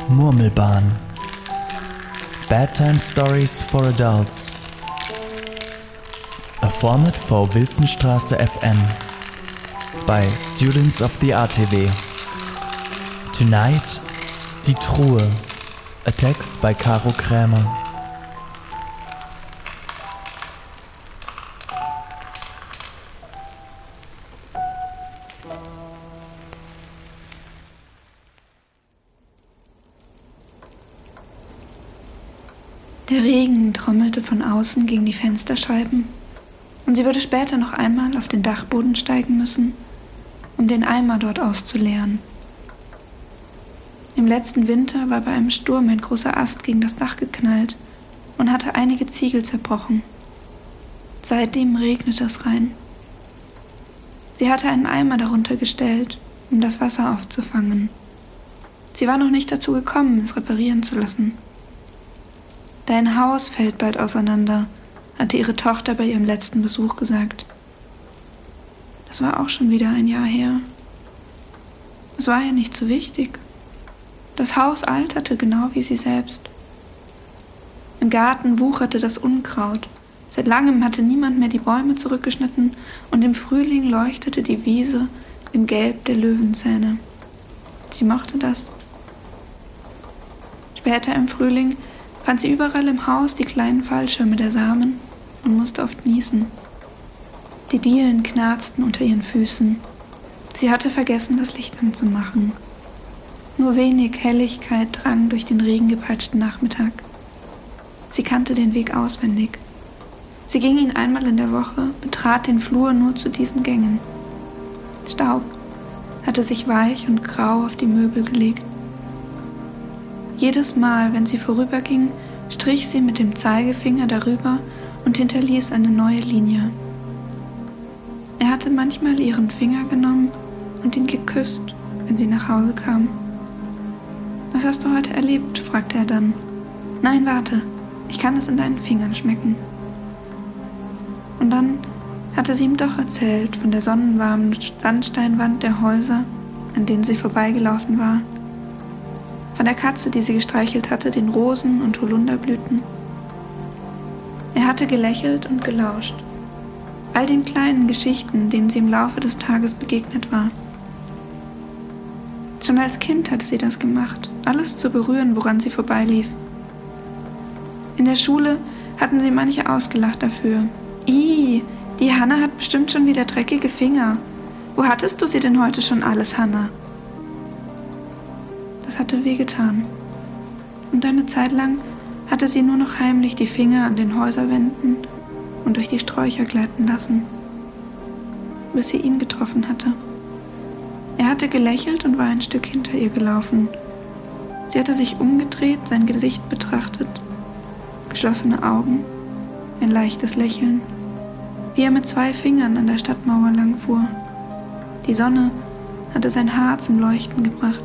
Murmelbahn. Bedtime Stories for Adults. A format for Wilsonstraße FM by Students of the ATW. Tonight, Die Truhe. A text by Caro Krämer. Der Regen trommelte von außen gegen die Fensterscheiben und sie würde später noch einmal auf den Dachboden steigen müssen, um den Eimer dort auszuleeren. Im letzten Winter war bei einem Sturm ein großer Ast gegen das Dach geknallt und hatte einige Ziegel zerbrochen. Seitdem regnete es rein. Sie hatte einen Eimer darunter gestellt, um das Wasser aufzufangen. Sie war noch nicht dazu gekommen, es reparieren zu lassen. »Dein Haus fällt bald auseinander«, hatte ihre Tochter bei ihrem letzten Besuch gesagt. Das war auch schon wieder ein Jahr her. Es war ihr nicht so wichtig. Das Haus alterte genau wie sie selbst. Im Garten wucherte das Unkraut. Seit langem hatte niemand mehr die Bäume zurückgeschnitten und im Frühling leuchtete die Wiese im Gelb der Löwenzähne. Sie mochte das. Später im Frühling fand sie überall im Haus die kleinen Fallschirme der Samen und musste oft niesen. Die Dielen knarzten unter ihren Füßen. Sie hatte vergessen, das Licht anzumachen. Nur wenig Helligkeit drang durch den regengepeitschten Nachmittag. Sie kannte den Weg auswendig. Sie ging ihn einmal in der Woche, betrat den Flur nur zu diesen Gängen. Staub hatte sich weich und grau auf die Möbel gelegt. Jedes Mal, wenn sie vorüberging, strich sie mit dem Zeigefinger darüber und hinterließ eine neue Linie. Er hatte manchmal ihren Finger genommen und ihn geküsst, wenn sie nach Hause kam. »Was hast du heute erlebt?« fragte er dann. »Nein, warte, ich kann es in deinen Fingern schmecken.« Und dann hatte sie ihm doch erzählt von der sonnenwarmen Sandsteinwand der Häuser, an denen sie vorbeigelaufen war, von der Katze, die sie gestreichelt hatte, den Rosen und Holunderblüten. Er hatte gelächelt und gelauscht. All den kleinen Geschichten, denen sie im Laufe des Tages begegnet war. Schon als Kind hatte sie das gemacht, alles zu berühren, woran sie vorbeilief. In der Schule hatten sie manche ausgelacht dafür. »Ih, die Hanna hat bestimmt schon wieder dreckige Finger. Wo hattest du sie denn heute schon alles, Hanna?« Das hatte wehgetan. Und eine Zeit lang hatte sie nur noch heimlich die Finger an den Häuserwänden und durch die Sträucher gleiten lassen, bis sie ihn getroffen hatte. Er hatte gelächelt und war ein Stück hinter ihr gelaufen. Sie hatte sich umgedreht, sein Gesicht betrachtet, geschlossene Augen, ein leichtes Lächeln, wie er mit 2 Fingern an der Stadtmauer langfuhr. Die Sonne hatte sein Haar zum Leuchten gebracht.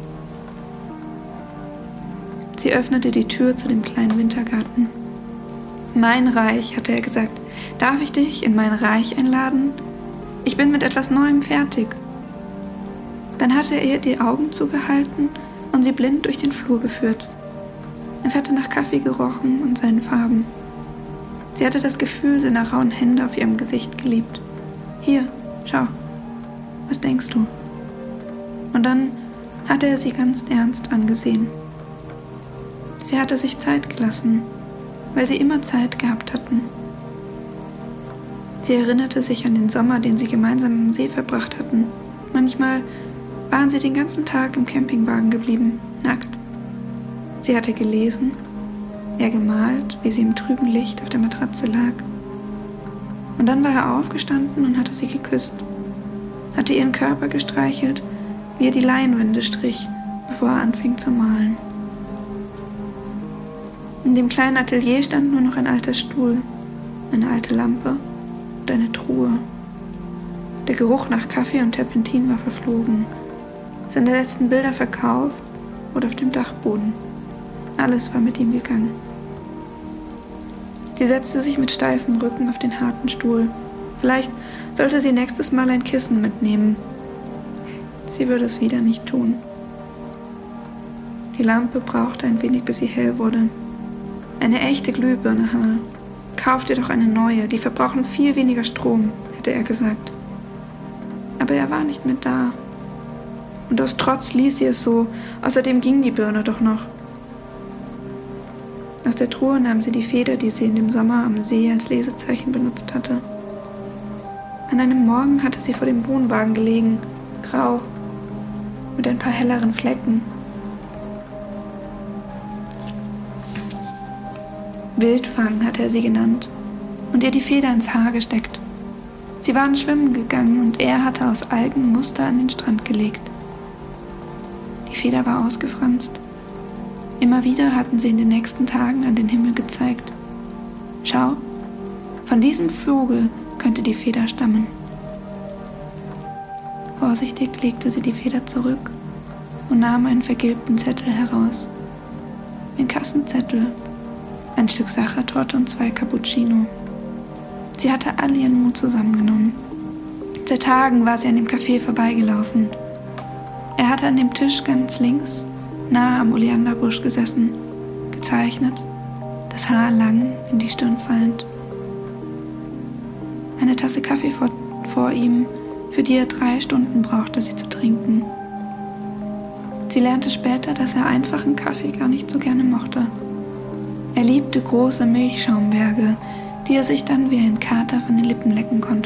Sie öffnete die Tür zu dem kleinen Wintergarten. »Mein Reich«, hatte er gesagt. »Darf ich dich in mein Reich einladen? Ich bin mit etwas Neuem fertig.« Dann hatte er ihr die Augen zugehalten und sie blind durch den Flur geführt. Es hatte nach Kaffee gerochen und seinen Farben. Sie hatte das Gefühl seiner rauen Hände auf ihrem Gesicht geliebt. »Hier, schau. Was denkst du?« Und dann hatte er sie ganz ernst angesehen. Sie hatte sich Zeit gelassen, weil sie immer Zeit gehabt hatten. Sie erinnerte sich an den Sommer, den sie gemeinsam am See verbracht hatten. Manchmal waren sie den ganzen Tag im Campingwagen geblieben, nackt. Sie hatte gelesen, er gemalt, wie sie im trüben Licht auf der Matratze lag. Und dann war er aufgestanden und hatte sie geküsst, hatte ihren Körper gestreichelt, wie er die Leinwände strich, bevor er anfing zu malen. In dem kleinen Atelier stand nur noch ein alter Stuhl, eine alte Lampe und eine Truhe. Der Geruch nach Kaffee und Terpentin war verflogen. Seine letzten Bilder verkauft oder auf dem Dachboden. Alles war mit ihm gegangen. Sie setzte sich mit steifem Rücken auf den harten Stuhl. Vielleicht sollte sie nächstes Mal ein Kissen mitnehmen. Sie würde es wieder nicht tun. Die Lampe brauchte ein wenig, bis sie hell wurde. Eine echte Glühbirne, Hannah. Kauf dir doch eine neue, die verbrauchen viel weniger Strom, hätte er gesagt. Aber er war nicht mehr da. Und aus Trotz ließ sie es so, außerdem ging die Birne doch noch. Aus der Truhe nahm sie die Feder, die sie in dem Sommer am See als Lesezeichen benutzt hatte. An einem Morgen hatte sie vor dem Wohnwagen gelegen, grau, mit ein paar helleren Flecken. Wildfang hatte er sie genannt und ihr die Feder ins Haar gesteckt. Sie waren schwimmen gegangen und er hatte aus Algen Muster an den Strand gelegt. Die Feder war ausgefranst. Immer wieder hatten sie in den nächsten Tagen an den Himmel gezeigt. Schau, von diesem Vogel könnte die Feder stammen. Vorsichtig legte sie die Feder zurück und nahm einen vergilbten Zettel heraus. Ein Kassenzettel, ein Stück Sachertorte und 2 Cappuccino. Sie hatte all ihren Mut zusammengenommen. Seit Tagen war sie an dem Café vorbeigelaufen. Er hatte an dem Tisch ganz links, nahe am Oleanderbusch gesessen, gezeichnet, das Haar lang in die Stirn fallend. Eine Tasse Kaffee vor ihm, für die er 3 Stunden brauchte, sie zu trinken. Sie lernte später, dass er einfachen Kaffee gar nicht so gerne mochte. Er liebte große Milchschaumberge, die er sich dann wie ein Kater von den Lippen lecken konnte.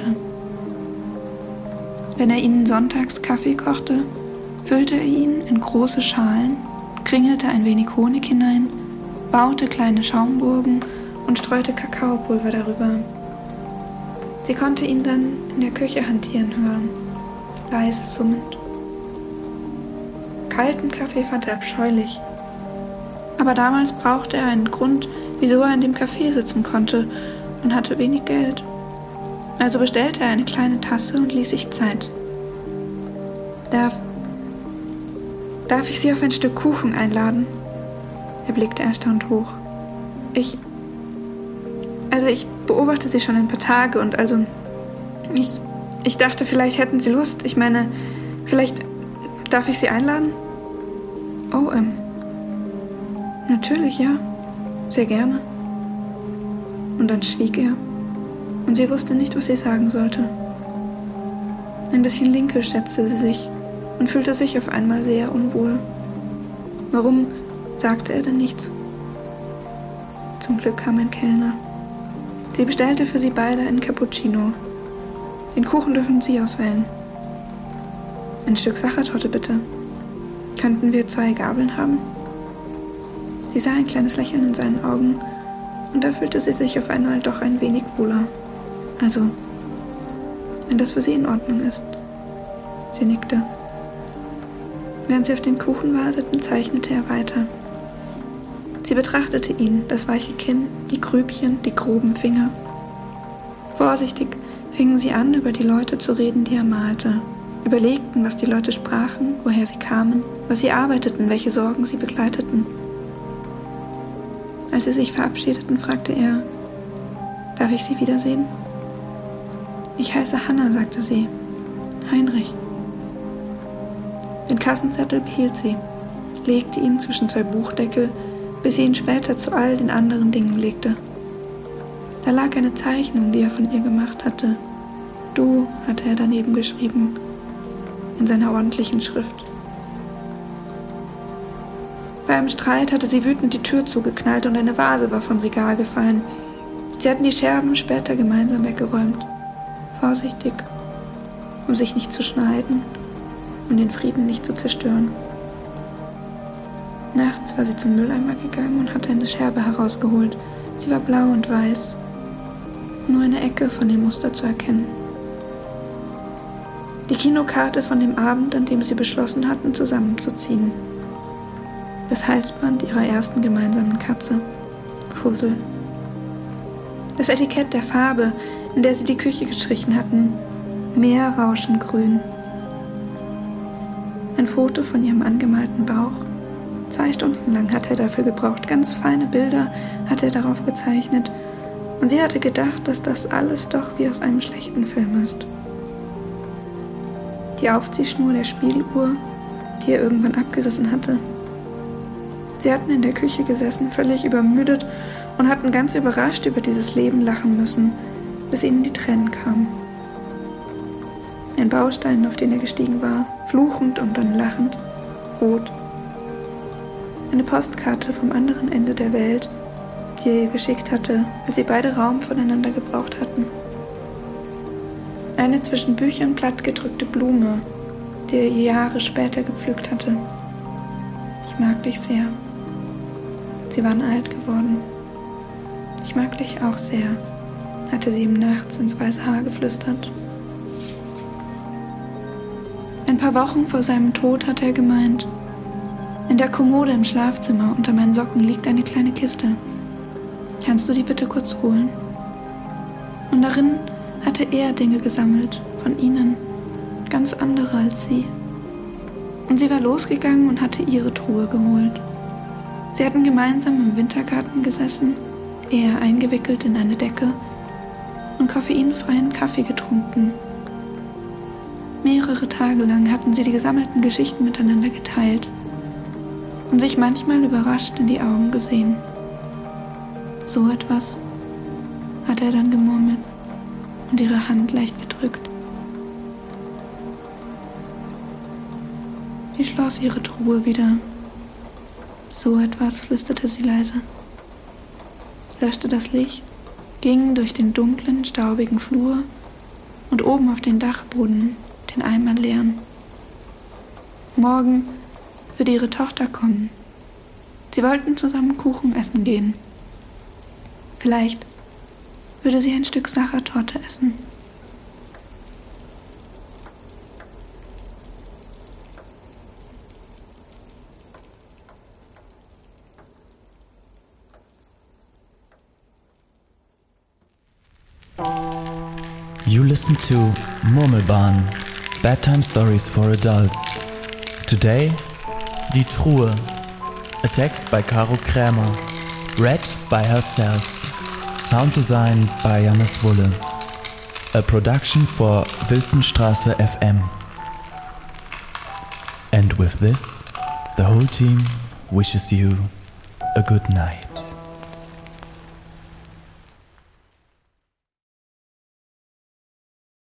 Wenn er ihnen sonntags Kaffee kochte, füllte er ihn in große Schalen, kringelte ein wenig Honig hinein, baute kleine Schaumburgen und streute Kakaopulver darüber. Sie konnte ihn dann in der Küche hantieren hören, leise summend. Kalten Kaffee fand er abscheulich. Aber damals brauchte er einen Grund, wieso er in dem Café sitzen konnte und hatte wenig Geld. Also bestellte er eine kleine Tasse und ließ sich Zeit. Darf ich Sie auf ein Stück Kuchen einladen? Er blickte erstaunt hoch. Ich beobachte Sie schon ein paar Tage und ich dachte, vielleicht hätten Sie Lust. Ich meine, vielleicht darf ich Sie einladen? Oh, natürlich, ja. Sehr gerne. Und dann schwieg er. Und sie wusste nicht, was sie sagen sollte. Ein bisschen linkisch setzte sie sich und fühlte sich auf einmal sehr unwohl. Warum sagte er denn nichts? Zum Glück kam ein Kellner. Sie bestellte für sie beide einen Cappuccino. Den Kuchen dürfen Sie auswählen. Ein Stück Sachertorte bitte. Könnten wir 2 Gabeln haben? Sie sah ein kleines Lächeln in seinen Augen und da fühlte sie sich auf einmal doch ein wenig wohler. Also, wenn das für sie in Ordnung ist. Sie nickte. Während sie auf den Kuchen warteten, zeichnete er weiter. Sie betrachtete ihn, das weiche Kinn, die Grübchen, die groben Finger. Vorsichtig fingen sie an, über die Leute zu reden, die er malte, überlegten, was die Leute sprachen, woher sie kamen, was sie arbeiteten, welche Sorgen sie begleiteten. Als sie sich verabschiedeten, fragte er, »Darf ich Sie wiedersehen?« »Ich heiße Hannah«, sagte sie. »Heinrich.« Den Kassenzettel behielt sie, legte ihn zwischen 2 Buchdeckel, bis sie ihn später zu all den anderen Dingen legte. Da lag eine Zeichnung, die er von ihr gemacht hatte. »Du«, hatte er daneben geschrieben, in seiner ordentlichen Schrift. Bei einem Streit hatte sie wütend die Tür zugeknallt und eine Vase war vom Regal gefallen. Sie hatten die Scherben später gemeinsam weggeräumt. Vorsichtig, um sich nicht zu schneiden und den Frieden nicht zu zerstören. Nachts war sie zum Mülleimer gegangen und hatte eine Scherbe herausgeholt. Sie war blau und weiß, nur eine Ecke von dem Muster zu erkennen. Die Kinokarte von dem Abend, an dem sie beschlossen hatten, zusammenzuziehen. Das Halsband ihrer ersten gemeinsamen Katze, Fussel. Das Etikett der Farbe, in der sie die Küche gestrichen hatten, meerrauschend grün. Ein Foto von ihrem angemalten Bauch. 2 Stunden lang hatte er dafür gebraucht, ganz feine Bilder hatte er darauf gezeichnet. Und sie hatte gedacht, dass das alles doch wie aus einem schlechten Film ist. Die Aufziehschnur der Spieluhr, die er irgendwann abgerissen hatte. Sie hatten in der Küche gesessen, völlig übermüdet und hatten ganz überrascht über dieses Leben lachen müssen, bis ihnen die Tränen kamen. Ein Baustein, auf den er gestiegen war, fluchend und dann lachend, rot. Eine Postkarte vom anderen Ende der Welt, die er ihr geschickt hatte, als sie beide Raum voneinander gebraucht hatten. Eine zwischen Büchern plattgedrückte Blume, die er Jahre später gepflückt hatte. Ich mag dich sehr. Sie waren alt geworden. Ich mag dich auch sehr, hatte sie ihm nachts ins weiße Haar geflüstert. Ein paar Wochen vor seinem Tod hatte er gemeint: In der Kommode im Schlafzimmer unter meinen Socken liegt eine kleine Kiste. Kannst du die bitte kurz holen? Und darin hatte er Dinge gesammelt, von ihnen, ganz andere als sie. Und sie war losgegangen und hatte ihre Truhe geholt. Sie hatten gemeinsam im Wintergarten gesessen, er eingewickelt in eine Decke, und koffeinfreien Kaffee getrunken. Mehrere Tage lang hatten sie die gesammelten Geschichten miteinander geteilt und sich manchmal überrascht in die Augen gesehen. So etwas, hat er dann gemurmelt und ihre Hand leicht gedrückt. Sie schloss ihre Truhe wieder. So etwas, flüsterte sie leise, löschte das Licht, ging durch den dunklen, staubigen Flur und oben auf den Dachboden den Eimer leeren. Morgen würde ihre Tochter kommen. Sie wollten zusammen Kuchen essen gehen. Vielleicht würde sie ein Stück Sachertorte essen. You listen to Murmelbahn, Bedtime Stories for Adults. Today, Die Truhe, a text by Caro Krämer, read by herself, sound design by Jannis Wulle, a production for Wilsonstraße FM. And with this, the whole team wishes you a good night.